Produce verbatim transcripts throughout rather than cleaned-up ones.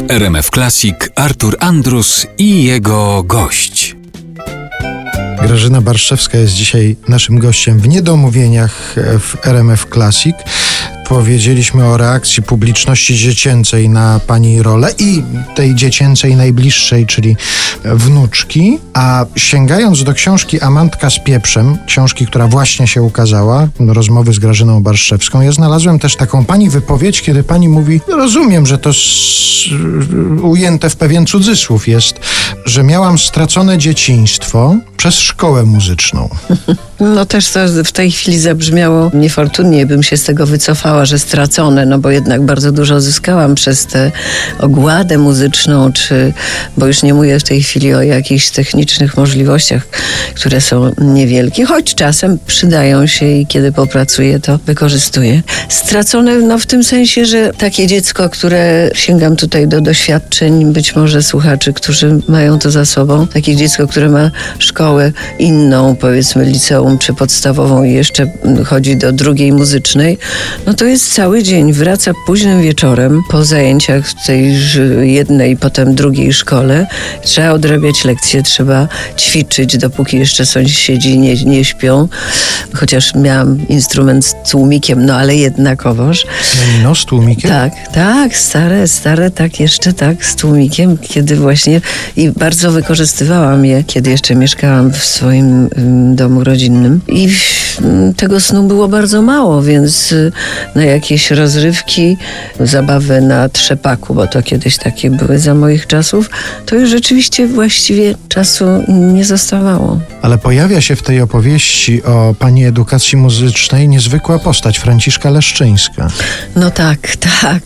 R M F Classic Artur Andrus i jego gość. Grażyna Barszczewska jest dzisiaj naszym gościem w Niedomówieniach w R M F Classic. Powiedzieliśmy o reakcji publiczności dziecięcej na pani rolę i tej dziecięcej najbliższej, czyli wnuczki. A sięgając do książki Amantka z pieprzem, książki, która właśnie się ukazała, rozmowy z Grażyną Barszczewską, ja znalazłem też taką pani wypowiedź, kiedy pani mówi, rozumiem, że to s- ujęte w pewien cudzysłów jest, że miałam stracone dzieciństwo przez szkołę muzyczną. No też to w tej chwili zabrzmiało niefortunnie, bym się z tego wycofała, że stracone, no bo jednak bardzo dużo zyskałam przez tę ogładę muzyczną, czy, bo już nie mówię w tej chwili o jakichś technicznych możliwościach, które są niewielkie, choć czasem przydają się i kiedy popracuję, to wykorzystuję. Stracone, no w tym sensie, że takie dziecko, które sięgam tutaj do doświadczeń, być może słuchaczy, którzy mają to za sobą, takie dziecko, które ma szkołę inną, powiedzmy liceum, czy podstawową i jeszcze chodzi do drugiej muzycznej, no to jest cały dzień. Wraca późnym wieczorem po zajęciach w tej jednej, potem drugiej szkole. Trzeba odrabiać lekcje, trzeba ćwiczyć, dopóki jeszcze sąsiedzi nie, nie śpią. Chociaż miałam instrument z tłumikiem, no ale jednakowoż. No z tłumikiem? Tak, tak, stare, stare, tak, jeszcze tak, z tłumikiem, kiedy właśnie i bardzo wykorzystywałam je, kiedy jeszcze mieszkałam w swoim um, domu rodzinnym. I tego snu było bardzo mało, więc na jakieś rozrywki, zabawy na trzepaku, bo to kiedyś takie były za moich czasów, to już rzeczywiście właściwie czasu nie zostawało. Ale pojawia się w tej opowieści o pani edukacji muzycznej niezwykła postać, Franciszka Leszczyńska. No tak, tak.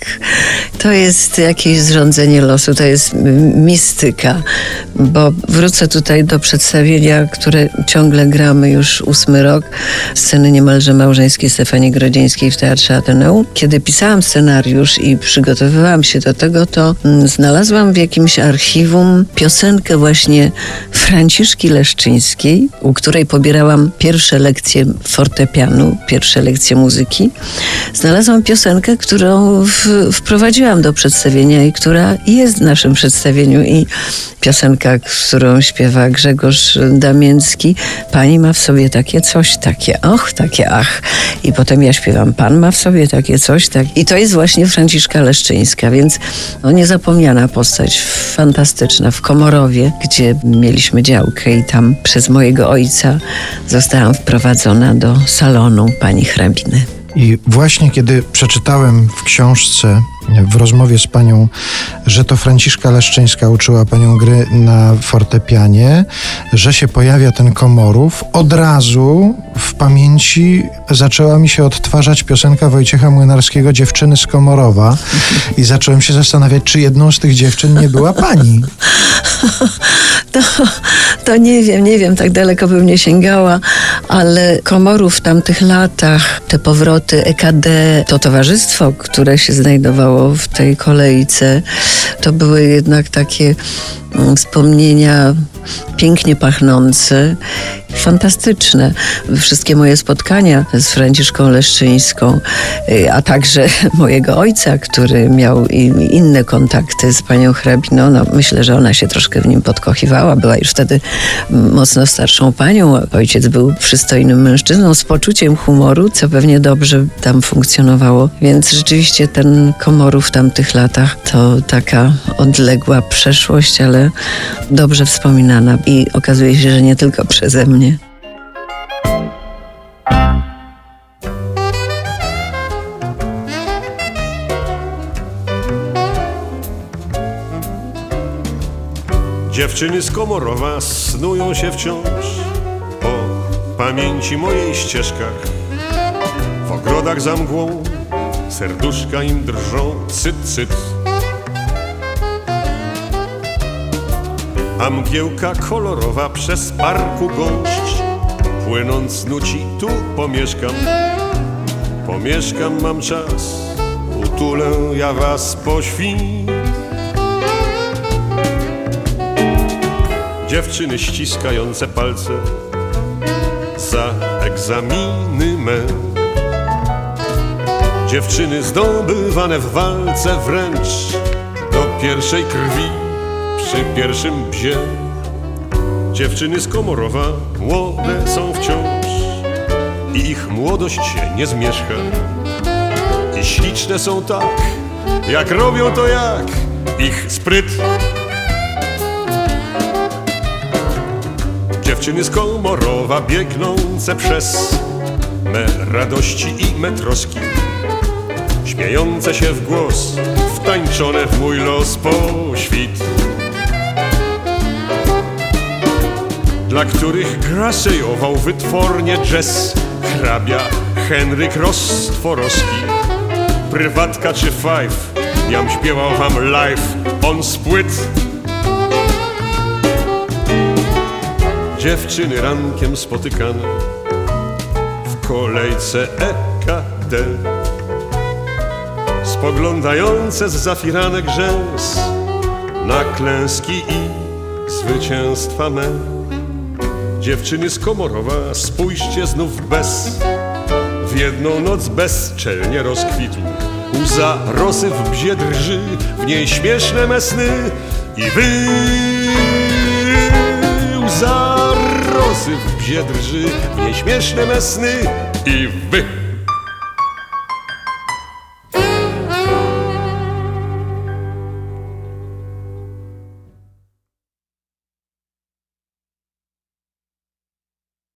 To jest jakieś zrządzenie losu, to jest mistyka, bo wrócę tutaj do przedstawienia, które ciągle gramy już ósmy rok, sceny niemalże małżeńskiej Stefanii Grodzieńskiej w Teatrze Ateneum. Kiedy pisałam scenariusz i przygotowywałam się do tego, to mm, znalazłam w jakimś archiwum piosenkę właśnie Franciszki Leszczyńskiej, u której pobierałam pierwsze lekcje fortepianu, pierwsze lekcje muzyki. Znalazłam piosenkę, którą w, wprowadziłam do przedstawienia i która jest w naszym przedstawieniu i piosenka, którą śpiewa Grzegorz Damięcki. Pani ma w sobie takie coś, takie och, takie ach. I potem ja śpiewam, pan ma w sobie takie coś, tak. I to jest właśnie Franciszka Leszczyńska, więc no, niezapomniana postać, fantastyczna. W Komorowie, gdzie mieliśmy działkę i tam przez mojego ojca zostałam wprowadzona do salonu pani hrabiny. I właśnie kiedy przeczytałem w książce, w rozmowie z panią, że to Franciszka Leszczyńska uczyła panią gry na fortepianie, że się pojawia ten Komorów, od razu w pamięci zaczęła mi się odtwarzać piosenka Wojciecha Młynarskiego Dziewczyny z Komorowa i zacząłem się zastanawiać, czy jedną z tych dziewczyn nie była pani. To, to nie wiem, nie wiem, tak daleko bym nie sięgała, ale Komorów w tamtych latach, te powroty E K D, to towarzystwo, które się znajdowało w tej kolejce, to były jednak takie mm, wspomnienia pięknie pachnące, fantastyczne. Wszystkie moje spotkania z Franciszką Leszczyńską, a także mojego ojca, który miał inne kontakty z panią hrabiną, no myślę, że ona się troszkę w nim podkochiwała, była już wtedy mocno starszą panią. Ojciec był przystojnym mężczyzną z poczuciem humoru, co pewnie dobrze tam funkcjonowało, więc rzeczywiście ten Komorów w tamtych latach to taka odległa przeszłość, ale dobrze wspominana i okazuje się, że nie tylko przeze mnie. Dziewczyny z Komorowa snują się wciąż po pamięci mojej ścieżkach. W ogrodach za mgłą serduszka im drżą, cyt, cyt. A mgiełka kolorowa przez parku gąszcz, płynąc nuci, tu pomieszkam. Pomieszkam, mam czas, utulę ja was po świt. Dziewczyny ściskające palce za egzaminy me. Dziewczyny zdobywane w walce wręcz do pierwszej krwi, przy pierwszym bzie. Dziewczyny z Komorowa młode są wciąż i ich młodość się nie zmierzcha. I śliczne są tak, jak robią to jak ich spryt. Dziewczyny z Komorowa biegnące przez me radości i me troski, śmiejące się w głos, wtańczone w mój los po świt. Dla których grasejował wytwornie jazz hrabia Henryk Rostworowski. Prywatka czy five, jam śpiewał wam live on spłyt. Dziewczyny rankiem spotykane w kolejce E K D, spoglądające z zafiranek rzęs na klęski i zwycięstwa me. Dziewczyny z Komorowa, spójrzcie znów bez, w jedną noc bezczelnie rozkwitł. Łza rosy w bzie drży, w niej śmieszne me sny i wy. Łza rosy w bzie drży, w niej śmieszne me sny i wy.